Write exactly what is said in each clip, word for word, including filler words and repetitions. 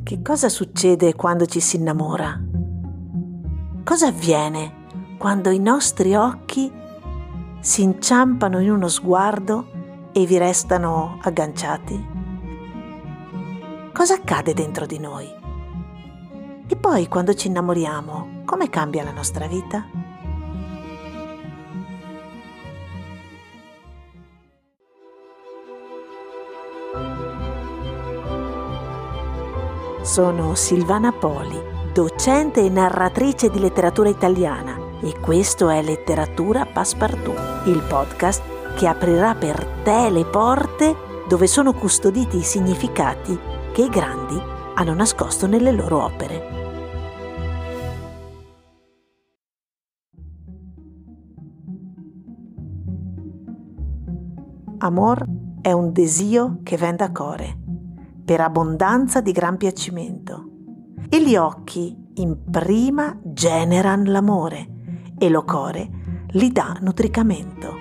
Che cosa succede quando ci si innamora? Cosa avviene quando i nostri occhi si inciampano in uno sguardo e vi restano agganciati? Cosa accade dentro di noi? E poi quando ci innamoriamo, come cambia la nostra vita? Sono Silvana Poli, docente e narratrice di letteratura italiana, e questo è Letteratura Passepartout, il podcast che aprirà per te le porte dove sono custoditi i significati che i grandi hanno nascosto nelle loro opere. Amor è un desio che ven da core, per abbondanza di gran piacimento, e gli occhi in prima generan l'amore, e lo core li dà nutricamento.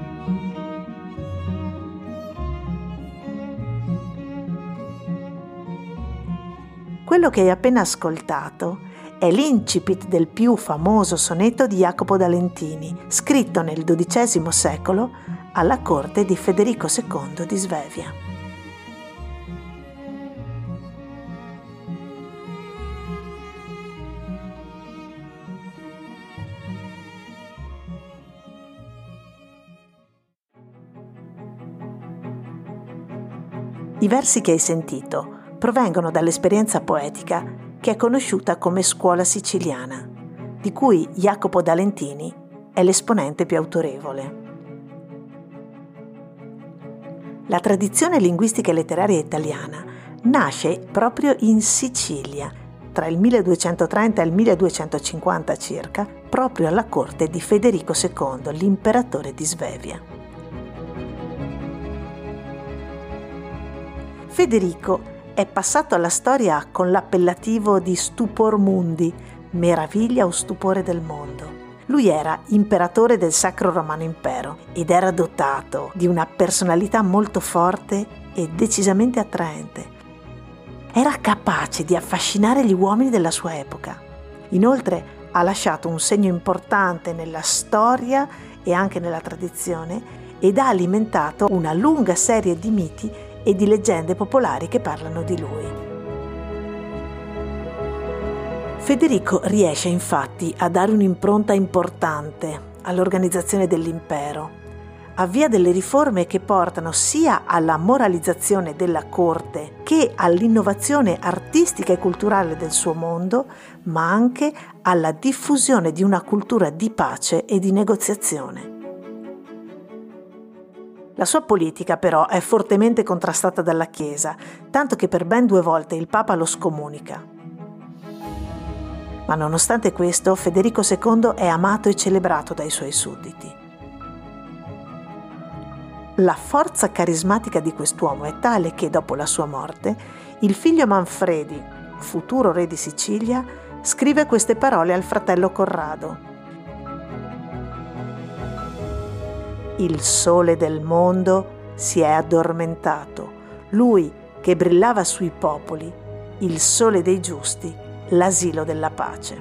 Quello che hai appena ascoltato è l'incipit del più famoso sonetto di Jacopo da Lentini, scritto nel dodicesimo secolo alla corte di Federico secondo di Svevia. I versi che hai sentito provengono dall'esperienza poetica che è conosciuta come scuola siciliana, di cui Jacopo da Lentini è l'esponente più autorevole. La tradizione linguistica e letteraria italiana nasce proprio in Sicilia, tra il milleduecentotrenta e il milleduecentocinquanta circa, proprio alla corte di Federico secondo, l'imperatore di Svevia. Federico è passato alla storia con l'appellativo di Stupor Mundi, meraviglia o stupore del mondo. Lui era imperatore del Sacro Romano Impero ed era dotato di una personalità molto forte e decisamente attraente. Era capace di affascinare gli uomini della sua epoca. Inoltre ha lasciato un segno importante nella storia e anche nella tradizione ed ha alimentato una lunga serie di miti e di leggende popolari che parlano di lui. Federico riesce infatti a dare un'impronta importante all'organizzazione dell'impero. Avvia delle riforme che portano sia alla moralizzazione della corte che all'innovazione artistica e culturale del suo mondo, ma anche alla diffusione di una cultura di pace e di negoziazione. La sua politica però è fortemente contrastata dalla Chiesa, tanto che per ben due volte il Papa lo scomunica. Ma nonostante questo, Federico secondo è amato e celebrato dai suoi sudditi. La forza carismatica di quest'uomo è tale che dopo la sua morte, il figlio Manfredi, futuro re di Sicilia, scrive queste parole al fratello Corrado. Il sole del mondo si è addormentato, lui che brillava sui popoli, il sole dei giusti, l'asilo della pace.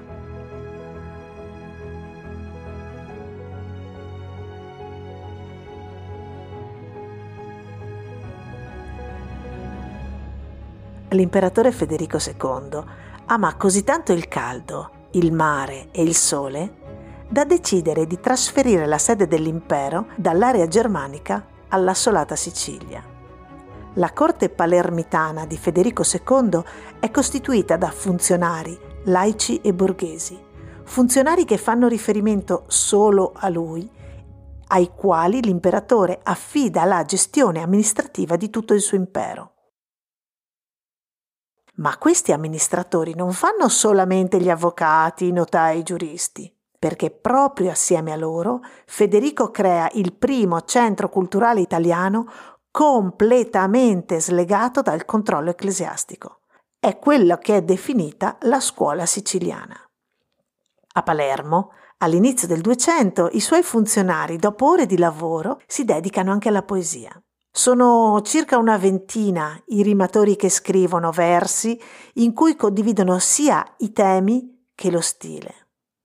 L'imperatore Federico secondo ama così tanto il caldo, il mare e il sole da decidere di trasferire la sede dell'impero dall'area germanica all'assolata Sicilia. La corte palermitana di Federico secondo è costituita da funzionari, laici e borghesi, funzionari che fanno riferimento solo a lui, ai quali l'imperatore affida la gestione amministrativa di tutto il suo impero. Ma questi amministratori non fanno solamente gli avvocati, i notai, i giuristi, perché proprio assieme a loro Federico crea il primo centro culturale italiano completamente slegato dal controllo ecclesiastico. È quella che è definita la scuola siciliana. A Palermo, all'inizio del Duecento, i suoi funzionari, dopo ore di lavoro, si dedicano anche alla poesia. Sono circa una ventina i rimatori che scrivono versi in cui condividono sia i temi che lo stile.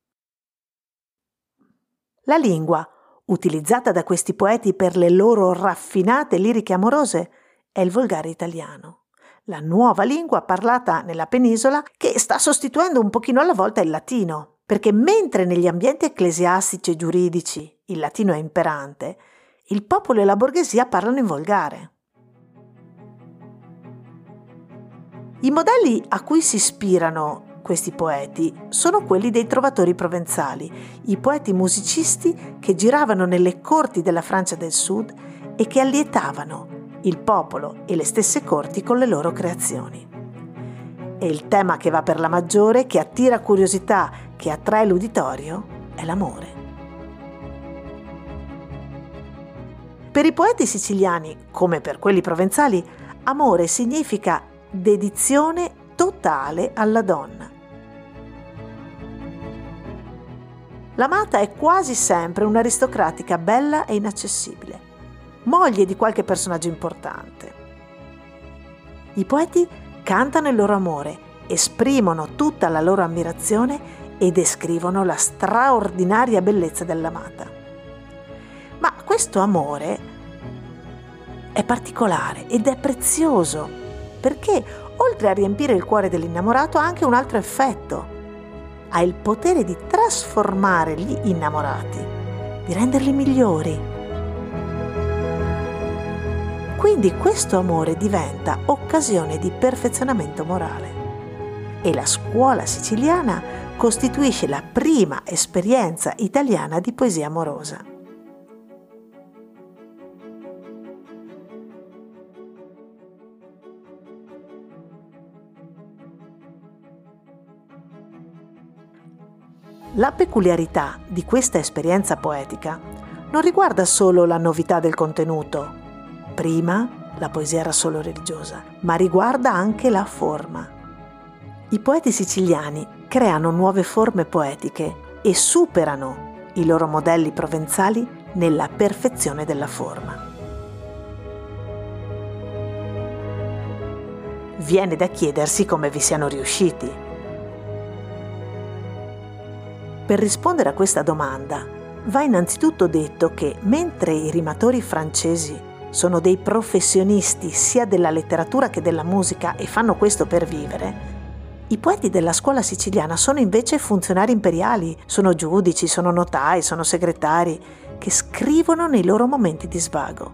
La lingua utilizzata da questi poeti per le loro raffinate liriche amorose è il volgare italiano, la nuova lingua parlata nella penisola che sta sostituendo un pochino alla volta il latino, perché mentre negli ambienti ecclesiastici e giuridici il latino è imperante, il popolo e la borghesia parlano in volgare. I modelli a cui si ispirano questi poeti sono quelli dei trovatori provenzali, i poeti musicisti che giravano nelle corti della Francia del Sud e che allietavano il popolo e le stesse corti con le loro creazioni. E il tema che va per la maggiore, che attira curiosità, che attrae l'uditorio, è l'amore. Per i poeti siciliani, come per quelli provenzali, amore significa dedizione totale alla donna. L'amata è quasi sempre un'aristocratica bella e inaccessibile, moglie di qualche personaggio importante. I poeti cantano il loro amore, esprimono tutta la loro ammirazione e descrivono la straordinaria bellezza dell'amata. Ma questo amore è particolare ed è prezioso, perché oltre a riempire il cuore dell'innamorato ha anche un altro effetto. Ha il potere di trasformare gli innamorati, di renderli migliori. Quindi questo amore diventa occasione di perfezionamento morale. E la scuola siciliana costituisce la prima esperienza italiana di poesia amorosa. La peculiarità di questa esperienza poetica non riguarda solo la novità del contenuto. Prima la poesia era solo religiosa, ma riguarda anche la forma. I poeti siciliani creano nuove forme poetiche e superano i loro modelli provenzali nella perfezione della forma. Viene da chiedersi come vi siano riusciti. Per rispondere a questa domanda, va innanzitutto detto che mentre i rimatori francesi sono dei professionisti sia della letteratura che della musica e fanno questo per vivere, i poeti della scuola siciliana sono invece funzionari imperiali, sono giudici, sono notai, sono segretari, che scrivono nei loro momenti di svago.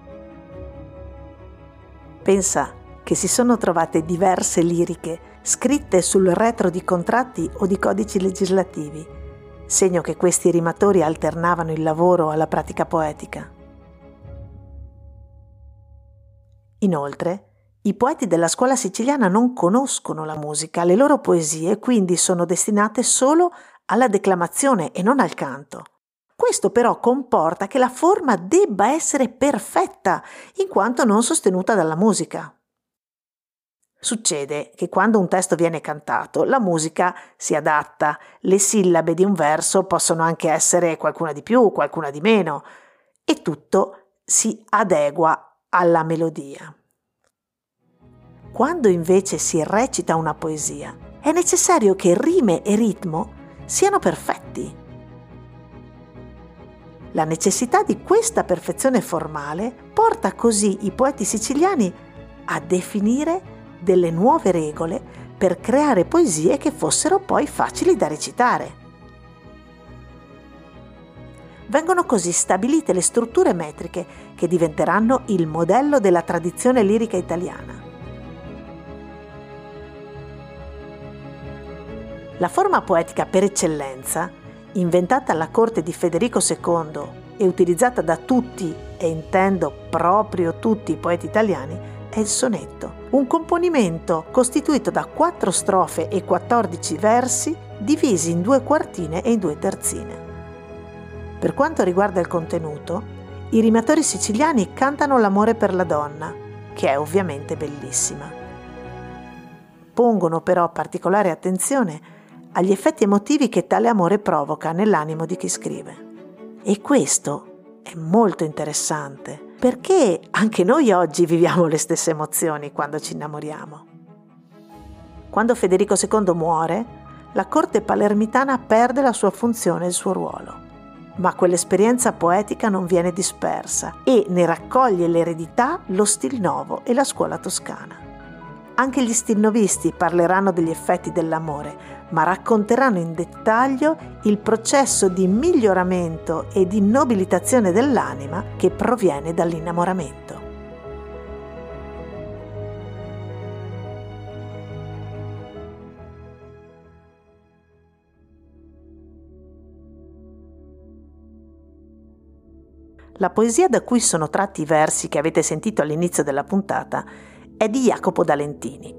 Pensa che si sono trovate diverse liriche scritte sul retro di contratti o di codici legislativi, segno che questi rimatori alternavano il lavoro alla pratica poetica. Inoltre, i poeti della scuola siciliana non conoscono la musica, le loro poesie quindi sono destinate solo alla declamazione e non al canto. Questo però comporta che la forma debba essere perfetta, in quanto non sostenuta dalla musica. Succede che quando un testo viene cantato, la musica si adatta, le sillabe di un verso possono anche essere qualcuna di più, qualcuna di meno, e tutto si adegua alla melodia. Quando invece si recita una poesia, è necessario che rime e ritmo siano perfetti. La necessità di questa perfezione formale porta così i poeti siciliani a definire delle nuove regole per creare poesie che fossero poi facili da recitare. Vengono così stabilite le strutture metriche che diventeranno il modello della tradizione lirica italiana. La forma poetica per eccellenza, inventata alla corte di Federico secondo e utilizzata da tutti, e intendo proprio tutti i poeti italiani, è il sonetto, un componimento costituito da quattro strofe e quattordici versi divisi in due quartine e in due terzine. Per quanto riguarda il contenuto, i rimatori siciliani cantano l'amore per la donna, che è ovviamente bellissima. Pongono però particolare attenzione agli effetti emotivi che tale amore provoca nell'animo di chi scrive. E questo è molto interessante, perché anche noi oggi viviamo le stesse emozioni quando ci innamoriamo. Quando Federico secondo muore, la corte palermitana perde la sua funzione e il suo ruolo. Ma quell'esperienza poetica non viene dispersa e ne raccoglie l'eredità lo Stil Novo e la scuola toscana. Anche gli stilnovisti parleranno degli effetti dell'amore, ma racconteranno in dettaglio il processo di miglioramento e di nobilitazione dell'anima che proviene dall'innamoramento. La poesia da cui sono tratti i versi che avete sentito all'inizio della puntata è di Jacopo da Lentini.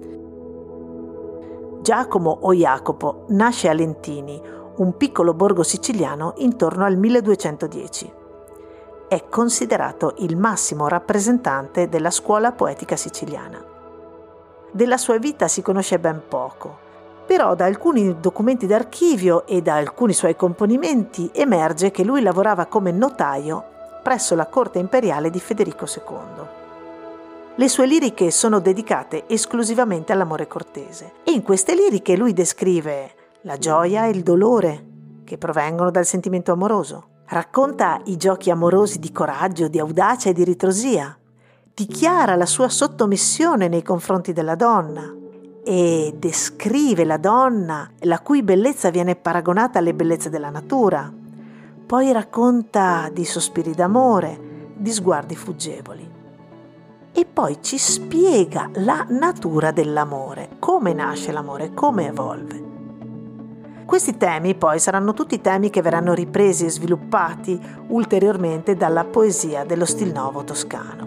Giacomo o Jacopo nasce a Lentini, un piccolo borgo siciliano intorno al milleduecentodieci. È considerato il massimo rappresentante della scuola poetica siciliana. Della sua vita si conosce ben poco, però da alcuni documenti d'archivio e da alcuni suoi componimenti emerge che lui lavorava come notaio presso la corte imperiale di Federico secondo. Le sue liriche sono dedicate esclusivamente all'amore cortese e in queste liriche lui descrive la gioia e il dolore che provengono dal sentimento amoroso. Racconta i giochi amorosi di coraggio, di audacia e di ritrosia. Dichiara la sua sottomissione nei confronti della donna e descrive la donna la cui bellezza viene paragonata alle bellezze della natura. Poi racconta di sospiri d'amore, di sguardi fuggevoli. E poi ci spiega la natura dell'amore, come nasce l'amore, come evolve. Questi temi poi saranno tutti temi che verranno ripresi e sviluppati ulteriormente dalla poesia dello Stil Novo toscano.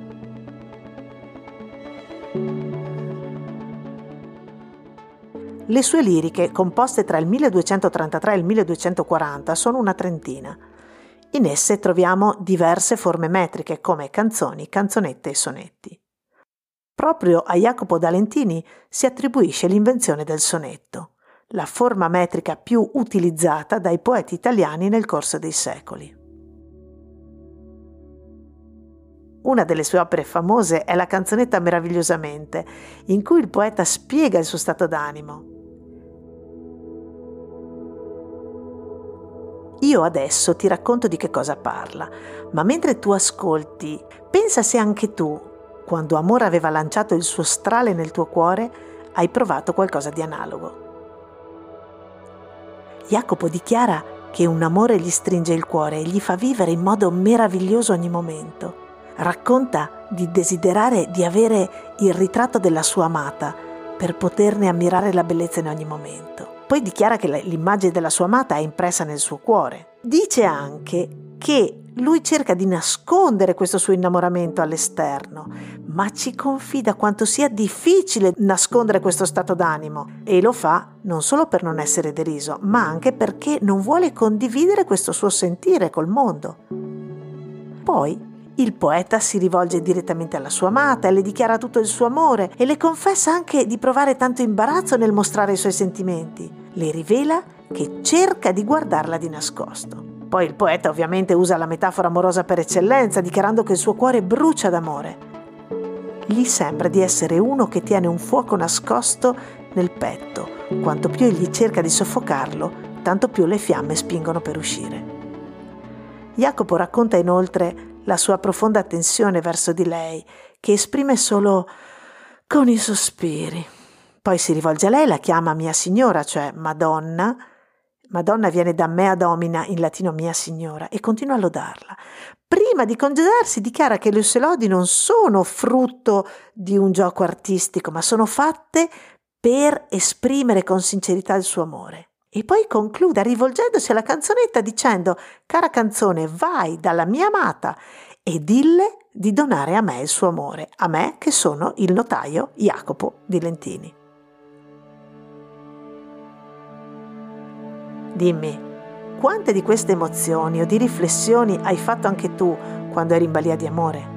Le sue liriche, composte tra il milleduecentotrentatré e il milleduecentoquaranta, sono una trentina. In esse troviamo diverse forme metriche come canzoni, canzonette e sonetti. Proprio a Jacopo da Lentini si attribuisce l'invenzione del sonetto, la forma metrica più utilizzata dai poeti italiani nel corso dei secoli. Una delle sue opere famose è la canzonetta Meravigliosamente, in cui il poeta spiega il suo stato d'animo. Io adesso ti racconto di che cosa parla, ma mentre tu ascolti, pensa se anche tu, quando amore aveva lanciato il suo strale nel tuo cuore, hai provato qualcosa di analogo. Jacopo dichiara che un amore gli stringe il cuore e gli fa vivere in modo meraviglioso ogni momento. Racconta di desiderare di avere il ritratto della sua amata per poterne ammirare la bellezza in ogni momento. Poi dichiara che l'immagine della sua amata è impressa nel suo cuore. Dice anche che lui cerca di nascondere questo suo innamoramento all'esterno, ma ci confida quanto sia difficile nascondere questo stato d'animo e lo fa non solo per non essere deriso, ma anche perché non vuole condividere questo suo sentire col mondo. Poi il poeta si rivolge direttamente alla sua amata e le dichiara tutto il suo amore e le confessa anche di provare tanto imbarazzo nel mostrare i suoi sentimenti. Le rivela che cerca di guardarla di nascosto. Poi il poeta ovviamente usa la metafora amorosa per eccellenza, dichiarando che il suo cuore brucia d'amore. Gli sembra di essere uno che tiene un fuoco nascosto nel petto. Quanto più egli cerca di soffocarlo, tanto più le fiamme spingono per uscire. Jacopo racconta inoltre la sua profonda attenzione verso di lei, che esprime solo con i sospiri. Poi si rivolge a lei, la chiama mia signora, cioè Madonna. Madonna viene da mea domina, in latino mia signora, e continua a lodarla. Prima di congedarsi dichiara che le sue lodi non sono frutto di un gioco artistico, ma sono fatte per esprimere con sincerità il suo amore. E poi conclude rivolgendosi alla canzonetta dicendo: cara canzone, vai dalla mia amata e dille di donare a me il suo amore, a me che sono il notaio Jacopo di Lentini. Dimmi, quante di queste emozioni o di riflessioni hai fatto anche tu quando eri in balia di amore?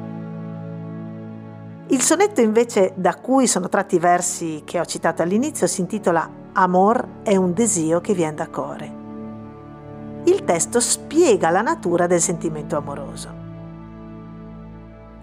Il sonetto invece da cui sono tratti i versi che ho citato all'inizio si intitola Amor è un desio che vien da core. Il testo spiega la natura del sentimento amoroso.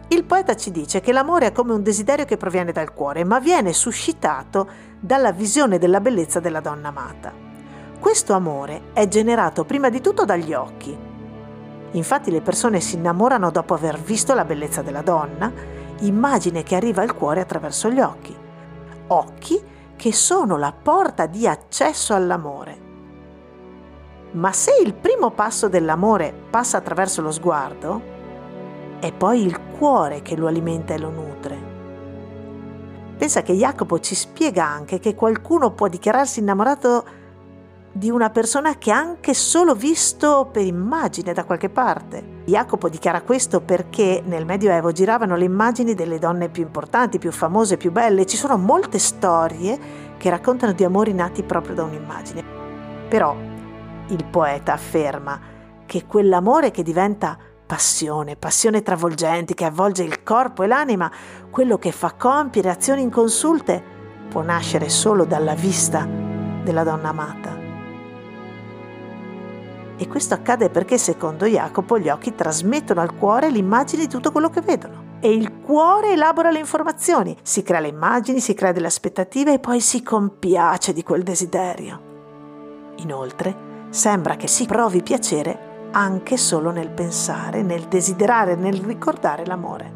Il poeta ci dice che l'amore è come un desiderio che proviene dal cuore, ma viene suscitato dalla visione della bellezza della donna amata. Questo amore è generato prima di tutto dagli occhi. Infatti le persone si innamorano dopo aver visto la bellezza della donna, immagine che arriva al cuore attraverso gli occhi. Occhi che sono la porta di accesso all'amore. Ma se il primo passo dell'amore passa attraverso lo sguardo, è poi il cuore che lo alimenta e lo nutre. Pensa che Jacopo ci spiega anche che qualcuno può dichiararsi innamorato di una persona che ha anche solo visto per immagine da qualche parte. Jacopo dichiara questo perché nel Medioevo giravano le immagini delle donne più importanti, più famose, più belle. Ci sono molte storie che raccontano di amori nati proprio da un'immagine. Però il poeta afferma che quell'amore che diventa passione, passione travolgente che avvolge il corpo e l'anima, quello che fa compiere azioni inconsulte, può nascere solo dalla vista della donna amata. E questo accade perché, secondo Jacopo, gli occhi trasmettono al cuore l'immagine di tutto quello che vedono. E il cuore elabora le informazioni, si crea le immagini, si crea delle aspettative e poi si compiace di quel desiderio. Inoltre, sembra che si provi piacere anche solo nel pensare, nel desiderare, nel ricordare l'amore.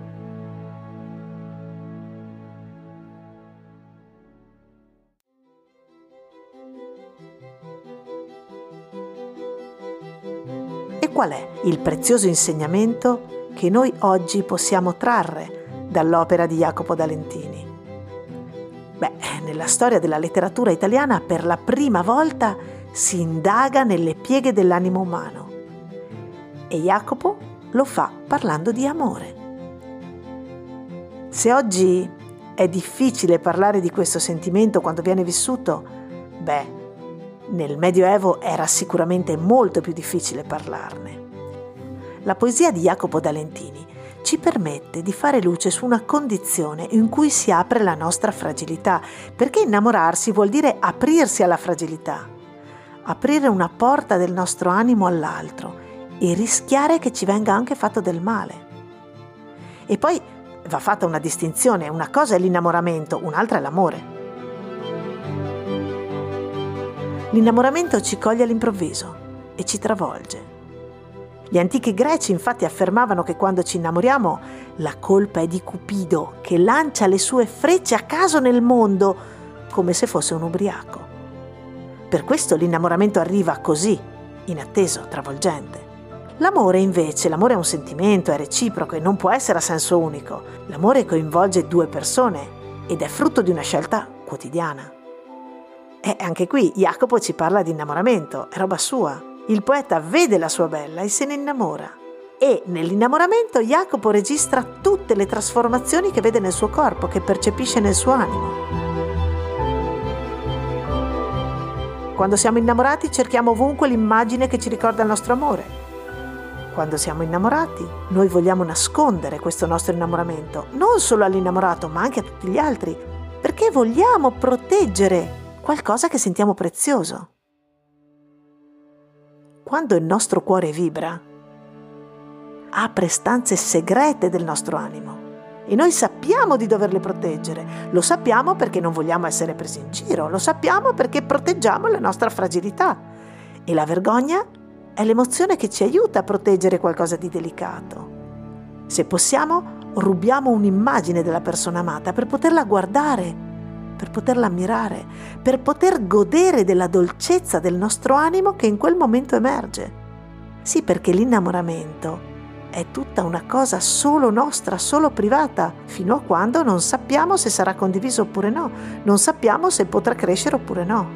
E qual è il prezioso insegnamento che noi oggi possiamo trarre dall'opera di Jacopo da Lentini? Beh, nella storia della letteratura italiana per la prima volta si indaga nelle pieghe dell'animo umano. E Jacopo lo fa parlando di amore. Se oggi è difficile parlare di questo sentimento quando viene vissuto, beh, nel Medioevo era sicuramente molto più difficile parlarne. La poesia di Jacopo da Lentini ci permette di fare luce su una condizione in cui si apre la nostra fragilità, perché innamorarsi vuol dire aprirsi alla fragilità, aprire una porta del nostro animo all'altro e rischiare che ci venga anche fatto del male. E poi va fatta una distinzione, una cosa è l'innamoramento, un'altra è l'amore. L'innamoramento ci coglie all'improvviso e ci travolge. Gli antichi greci infatti affermavano che quando ci innamoriamo la colpa è di Cupido, che lancia le sue frecce a caso nel mondo come se fosse un ubriaco. Per questo l'innamoramento arriva così, inatteso, travolgente. L'amore invece, l'amore è un sentimento, è reciproco e non può essere a senso unico. L'amore coinvolge due persone ed è frutto di una scelta quotidiana. E anche qui Jacopo ci parla di innamoramento, è roba sua. Il poeta vede la sua bella e se ne innamora. E nell'innamoramento Jacopo registra tutte le trasformazioni che vede nel suo corpo, che percepisce nel suo animo. Quando siamo innamorati cerchiamo ovunque l'immagine che ci ricorda il nostro amore. Quando siamo innamorati, noi vogliamo nascondere questo nostro innamoramento, non solo all'innamorato, ma anche a tutti gli altri, perché vogliamo proteggere qualcosa che sentiamo prezioso. Quando il nostro cuore vibra, apre stanze segrete del nostro animo e noi sappiamo di doverle proteggere. Lo sappiamo perché non vogliamo essere presi in giro, lo sappiamo perché proteggiamo la nostra fragilità. E la vergogna è l'emozione che ci aiuta a proteggere qualcosa di delicato. Se possiamo, rubiamo un'immagine della persona amata per poterla guardare, per poterla ammirare, per poter godere della dolcezza del nostro animo che in quel momento emerge. Sì, perché l'innamoramento è tutta una cosa solo nostra, solo privata, fino a quando non sappiamo se sarà condiviso oppure no, non sappiamo se potrà crescere oppure no.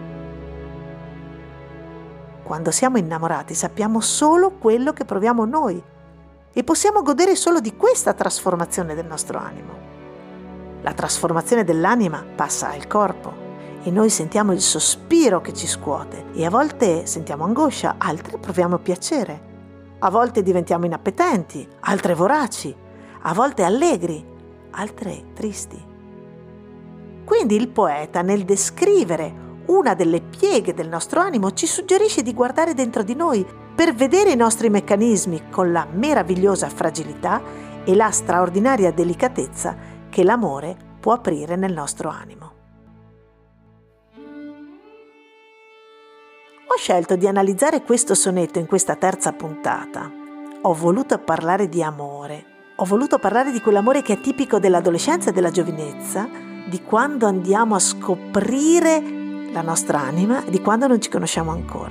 Quando siamo innamorati sappiamo solo quello che proviamo noi e possiamo godere solo di questa trasformazione del nostro animo. La trasformazione dell'anima passa al corpo e noi sentiamo il sospiro che ci scuote e a volte sentiamo angoscia, altre proviamo piacere, a volte diventiamo inappetenti, altre voraci, a volte allegri, altre tristi. Quindi il poeta, nel descrivere una delle pieghe del nostro animo, ci suggerisce di guardare dentro di noi per vedere i nostri meccanismi con la meravigliosa fragilità e la straordinaria delicatezza che l'amore può aprire nel nostro animo. Ho scelto di analizzare questo sonetto in questa terza puntata. Ho voluto parlare di amore, ho voluto parlare di quell'amore che è tipico dell'adolescenza e della giovinezza, di quando andiamo a scoprire la nostra anima e di quando non ci conosciamo ancora.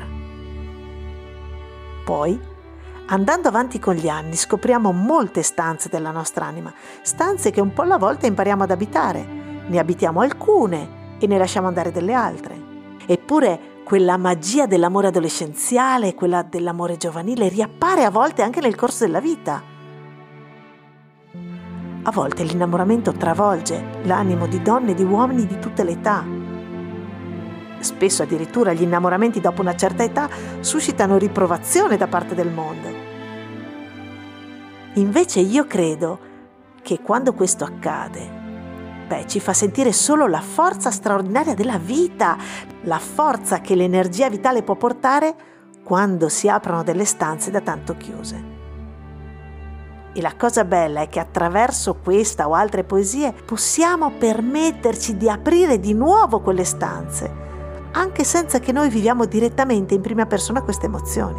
Poi, andando avanti con gli anni, scopriamo molte stanze della nostra anima, stanze che un po' alla volta impariamo ad abitare. Ne abitiamo alcune e ne lasciamo andare delle altre. Eppure quella magia dell'amore adolescenziale, quella dell'amore giovanile, riappare a volte anche nel corso della vita. A volte l'innamoramento travolge l'animo di donne e di uomini di tutte le età. Spesso addirittura gli innamoramenti dopo una certa età suscitano riprovazione da parte del mondo. Invece io credo che quando questo accade, beh, ci fa sentire solo la forza straordinaria della vita, la forza che l'energia vitale può portare quando si aprono delle stanze da tanto chiuse. E la cosa bella è che attraverso questa o altre poesie possiamo permetterci di aprire di nuovo quelle stanze, anche senza che noi viviamo direttamente in prima persona queste emozioni.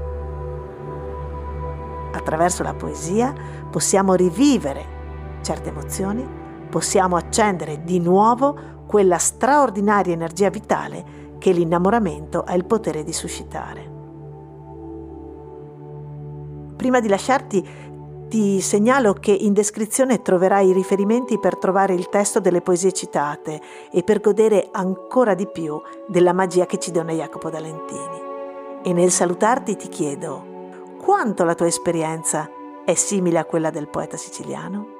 Attraverso la poesia possiamo rivivere certe emozioni, possiamo accendere di nuovo quella straordinaria energia vitale che l'innamoramento ha il potere di suscitare. Prima di lasciarti, ti segnalo che in descrizione troverai i riferimenti per trovare il testo delle poesie citate e per godere ancora di più della magia che ci dona Jacopo da Lentini. E nel salutarti ti chiedo: quanto la tua esperienza è simile a quella del poeta siciliano?